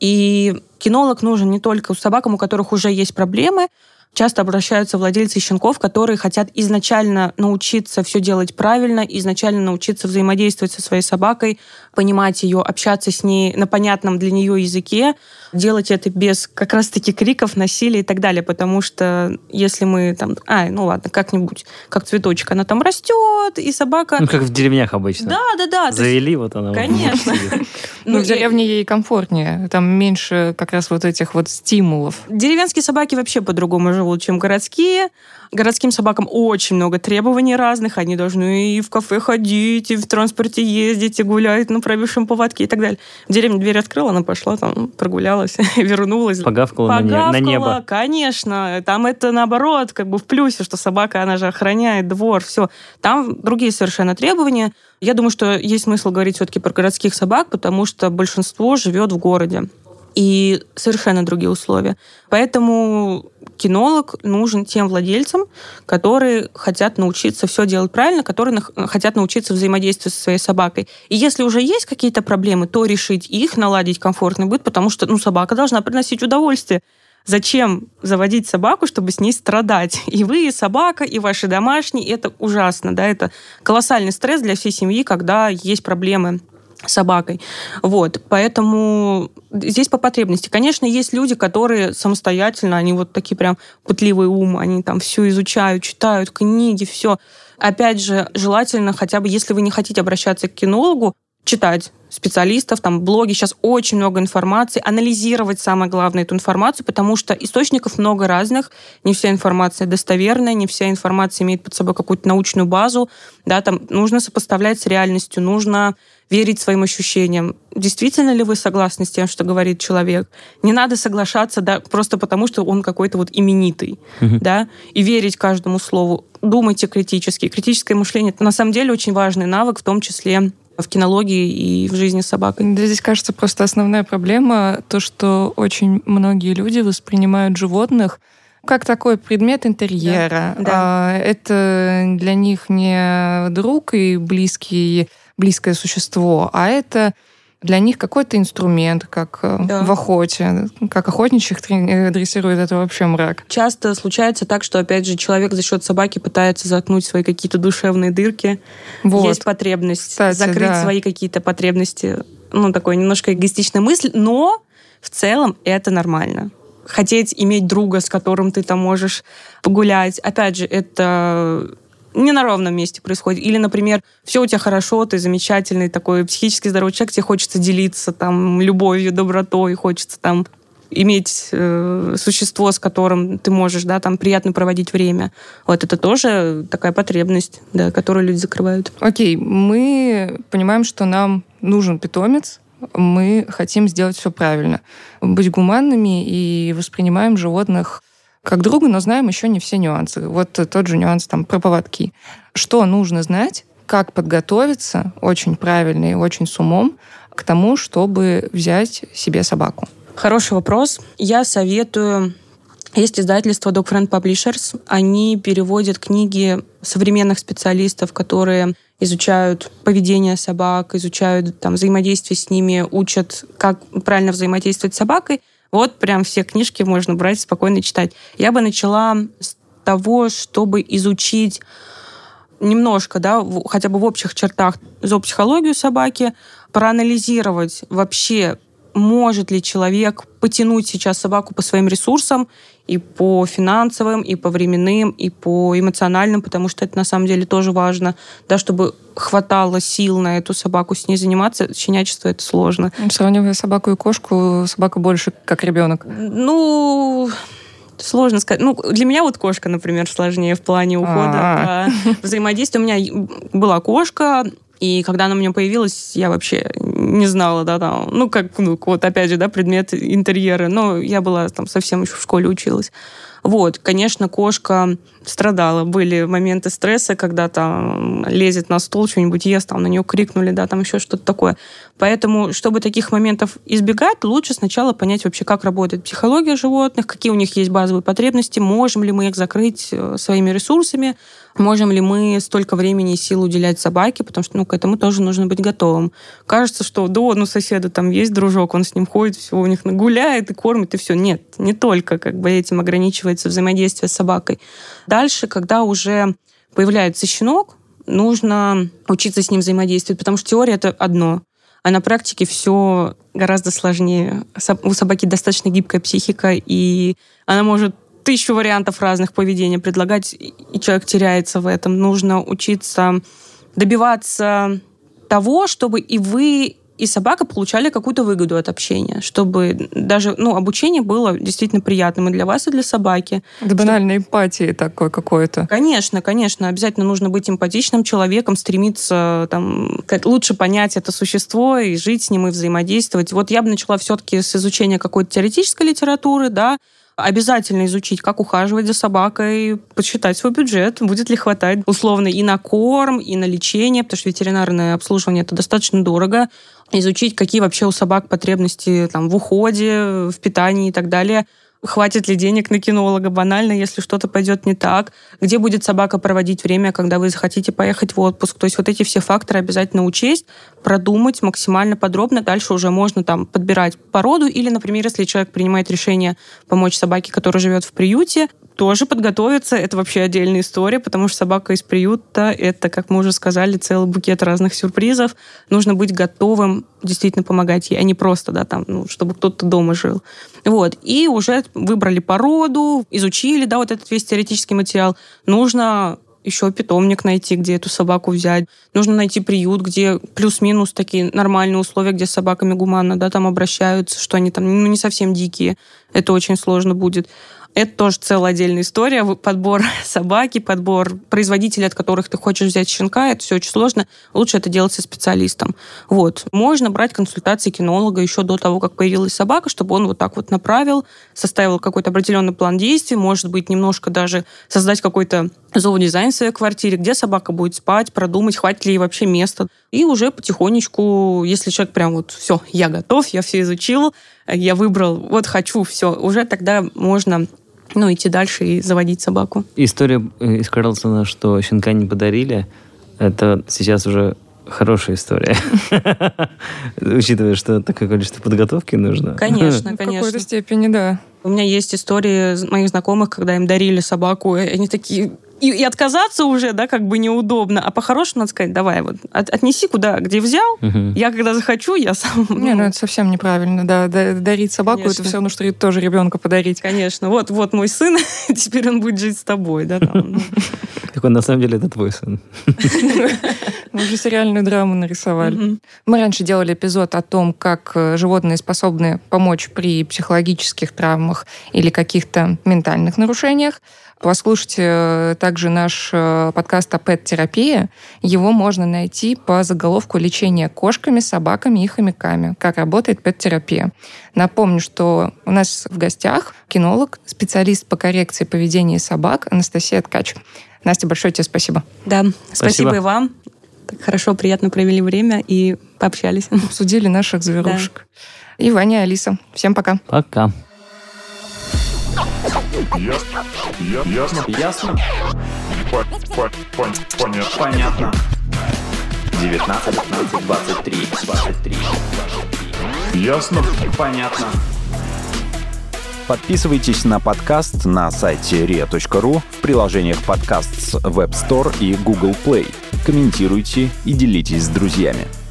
И кинолог нужен не только собакам, у которых уже есть проблемы. Часто обращаются владельцы щенков, которые хотят изначально научиться все делать правильно, изначально научиться взаимодействовать со своей собакой, понимать ее, общаться с ней на понятном для нее языке, делать это без как раз-таки криков, насилия и так далее. Потому что если мы ладно, как-нибудь, как цветочек, она там растет, и собака... как в деревнях обычно. Да. Завели, она... Конечно. В деревне ей комфортнее, там меньше как раз этих стимулов. Деревенские собаки вообще по-другому живут, чем городские. Городским собакам очень много требований разных. Они должны и в кафе ходить, и в транспорте ездить, и гулять на пробившем поводке и так далее. В деревне дверь открыла, она пошла, прогулялась, вернулась. Погавкала на небо. Конечно. Там это наоборот, в плюсе, что собака, она же охраняет двор, все. Там другие совершенно требования. Я думаю, что есть смысл говорить все-таки про городских собак, потому что большинство живет в городе. И совершенно другие условия. Поэтому кинолог нужен тем владельцам, которые хотят научиться все делать правильно, которые хотят научиться взаимодействовать со своей собакой. И если уже есть какие-то проблемы, то решить их, наладить комфортный быт, потому что собака должна приносить удовольствие. Зачем заводить собаку, чтобы с ней страдать? И вы, и собака, и ваши домашние. Это ужасно, да, это колоссальный стресс для всей семьи, когда есть проблемы с собакой. Вот, поэтому здесь по потребности. Конечно, есть люди, которые самостоятельно, они вот такие прям пытливый ум, они там все изучают, читают книги, все. Опять же, желательно хотя бы, если вы не хотите обращаться к кинологу, читать специалистов, там, блоги, сейчас очень много информации, анализировать, самое главное, эту информацию, потому что источников много разных, не вся информация достоверная, не вся информация имеет под собой какую-то научную базу, да, там нужно сопоставлять с реальностью, нужно верить своим ощущениям. Действительно ли вы согласны с тем, что говорит человек? Не надо соглашаться, да, просто потому, что он какой-то вот именитый, да, и верить каждому слову. Думайте критически. Критическое мышление — это на самом деле очень важный навык, в том числе в кинологии и в жизни с собакой. Да, здесь, кажется, просто основная проблема то, что очень многие люди воспринимают животных как такой предмет интерьера. Да. Это для них не друг и близкое существо, а это для них какой-то инструмент, как в охоте. Как охотничьих дрессируют, это вообще мрак. Часто случается так, что, опять же, человек за счет собаки пытается заткнуть свои какие-то душевные дырки. Вот. Есть потребность, кстати, закрыть свои какие-то потребности. Такой немножко эгоистичная мысль, но в целом это нормально. Хотеть иметь друга, с которым ты там можешь погулять. Опять же, это не на ровном месте происходит. Или, например, все у тебя хорошо, ты замечательный такой психически здоровый человек, тебе хочется делиться там любовью, добротой, хочется там иметь существо, с которым ты можешь, да, там приятно проводить время. Вот это тоже такая потребность, да, которую люди закрывают. Окей, мы понимаем, что нам нужен питомец, мы хотим сделать все правильно, быть гуманными и воспринимаем животных как друга, но знаем еще не все нюансы. Вот тот же нюанс там про поводки. Что нужно знать, как подготовиться очень правильно и очень с умом к тому, чтобы взять себе собаку? Хороший вопрос. Я советую... Есть издательство Dog Friend Publishers. Они переводят книги современных специалистов, которые изучают поведение собак, изучают там взаимодействие с ними, учат, как правильно взаимодействовать с собакой. Вот прям все книжки можно брать, спокойно читать. Я бы начала с того, чтобы изучить немножко, да, хотя бы в общих чертах зоопсихологию собаки, проанализировать вообще, может ли человек потянуть сейчас собаку по своим ресурсам, и по финансовым, и по временным, и по эмоциональным, потому что это на самом деле тоже важно, да, чтобы хватало сил на эту собаку, с ней заниматься. Щенячество — это сложно. Сравнивая собаку и кошку, собака больше как ребенок. Сложно сказать. Для меня вот кошка, например, сложнее в плане ухода, взаимодействия. У меня была кошка, и когда она у меня появилась, я вообще не знала, да, там, вот опять же, да, предмет интерьера, но я была там совсем еще в школе училась. Вот, конечно, кошка страдала. Были моменты стресса, когда там лезет на стол, что-нибудь ест, там на нее крикнули, да, там еще что-то такое. Поэтому, чтобы таких моментов избегать, лучше сначала понять вообще, как работает психология животных, какие у них есть базовые потребности, можем ли мы их закрыть своими ресурсами, можем ли мы столько времени и сил уделять собаке, потому что, к этому тоже нужно быть готовым. Кажется, что, соседа там есть дружок, он с ним ходит, все у них гуляет и кормит, и все. Нет, не только этим ограничивается взаимодействие с собакой. Дальше, когда уже появляется щенок, нужно учиться с ним взаимодействовать, потому что теория — это одно, а на практике все гораздо сложнее. У собаки достаточно гибкая психика, и она может 1000 вариантов разных поведения предлагать, и человек теряется в этом. Нужно учиться добиваться того, чтобы и вы, и собака получали какую-то выгоду от общения, чтобы даже обучение было действительно приятным и для вас, и для собаки. До банальной эмпатии такой какой-то. Конечно, обязательно нужно быть эмпатичным человеком, стремиться лучше понять это существо и жить с ним, и взаимодействовать. Вот я бы начала все-таки с изучения какой-то теоретической литературы, да, обязательно изучить, как ухаживать за собакой, подсчитать свой бюджет, будет ли хватать условно и на корм, и на лечение, потому что ветеринарное обслуживание — это достаточно дорого. Изучить, какие вообще у собак потребности в уходе, в питании и так далее. хватит ли денег на кинолога, банально, если что-то пойдет не так, где будет собака проводить время, когда вы захотите поехать в отпуск. То есть вот эти все факторы обязательно учесть, продумать максимально подробно. Дальше уже можно там подбирать породу или, например, если человек принимает решение помочь собаке, которая живет в приюте, тоже подготовиться. Это вообще отдельная история, потому что собака из приюта — это, как мы уже сказали, целый букет разных сюрпризов. Нужно быть готовым действительно помогать ей, а не просто, да, там, чтобы кто-то дома жил. Вот. И уже выбрали породу, изучили, да, вот этот весь теоретический материал. Нужно еще питомник найти, где эту собаку взять. Нужно найти приют, где плюс-минус такие нормальные условия, где с собаками гуманно, да, там обращаются, что они там, не совсем дикие. Это очень сложно будет. Это тоже целая отдельная история. Подбор собаки, подбор производителей, от которых ты хочешь взять щенка. Это все очень сложно. Лучше это делать со специалистом. Вот. Можно брать консультации кинолога еще до того, как появилась собака, чтобы он вот так вот направил, составил какой-то определенный план действий, может быть, немножко даже создать какой-то зоодизайн в своей квартире, где собака будет спать, продумать, хватит ли ей вообще места. И уже потихонечку, если человек прям вот все, я готов, я все изучил, я выбрал, вот хочу, все, уже тогда можно идти дальше и заводить собаку. История из Карлсона, что щенка не подарили, это сейчас уже хорошая история. Учитывая, что такое количество подготовки нужно. Конечно, В какой-то степени, да. У меня есть истории моих знакомых, когда им дарили собаку, и они такие... И отказаться уже, да, как бы неудобно. А по-хорошему надо сказать, давай, вот, отнеси куда, где взял. Я когда захочу, я сам... это совсем неправильно, да. Дарить собаку, конечно. Это все равно, что тоже ребенка подарить. Конечно. Вот мой сын, теперь он будет жить с тобой, да, там. Так он на самом деле это твой сын. Мы уже сериальную драму нарисовали. Мы раньше делали эпизод о том, как животные способны помочь при психологических травмах или каких-то ментальных нарушениях. Послушайте также наш подкаст о пэт-терапии. Его можно найти по заголовку «Лечение кошками, собаками и хомяками. Как работает пэт-терапия». Напомню, что у нас в гостях кинолог, специалист по коррекции поведения собак Анастасия Ткач. Настя, большое тебе спасибо. Да, спасибо и вам. Так хорошо, приятно провели время и пообщались. Обсудили наших зверушек. Да. И Ваня, и Алиса. Всем пока. Пока. Ясно? Понятно. 19, 23. Ясно? Понятно. Подписывайтесь на подкаст на сайте ria.ru, в приложениях подкаст с Web Store и Google Play. Комментируйте и делитесь с друзьями.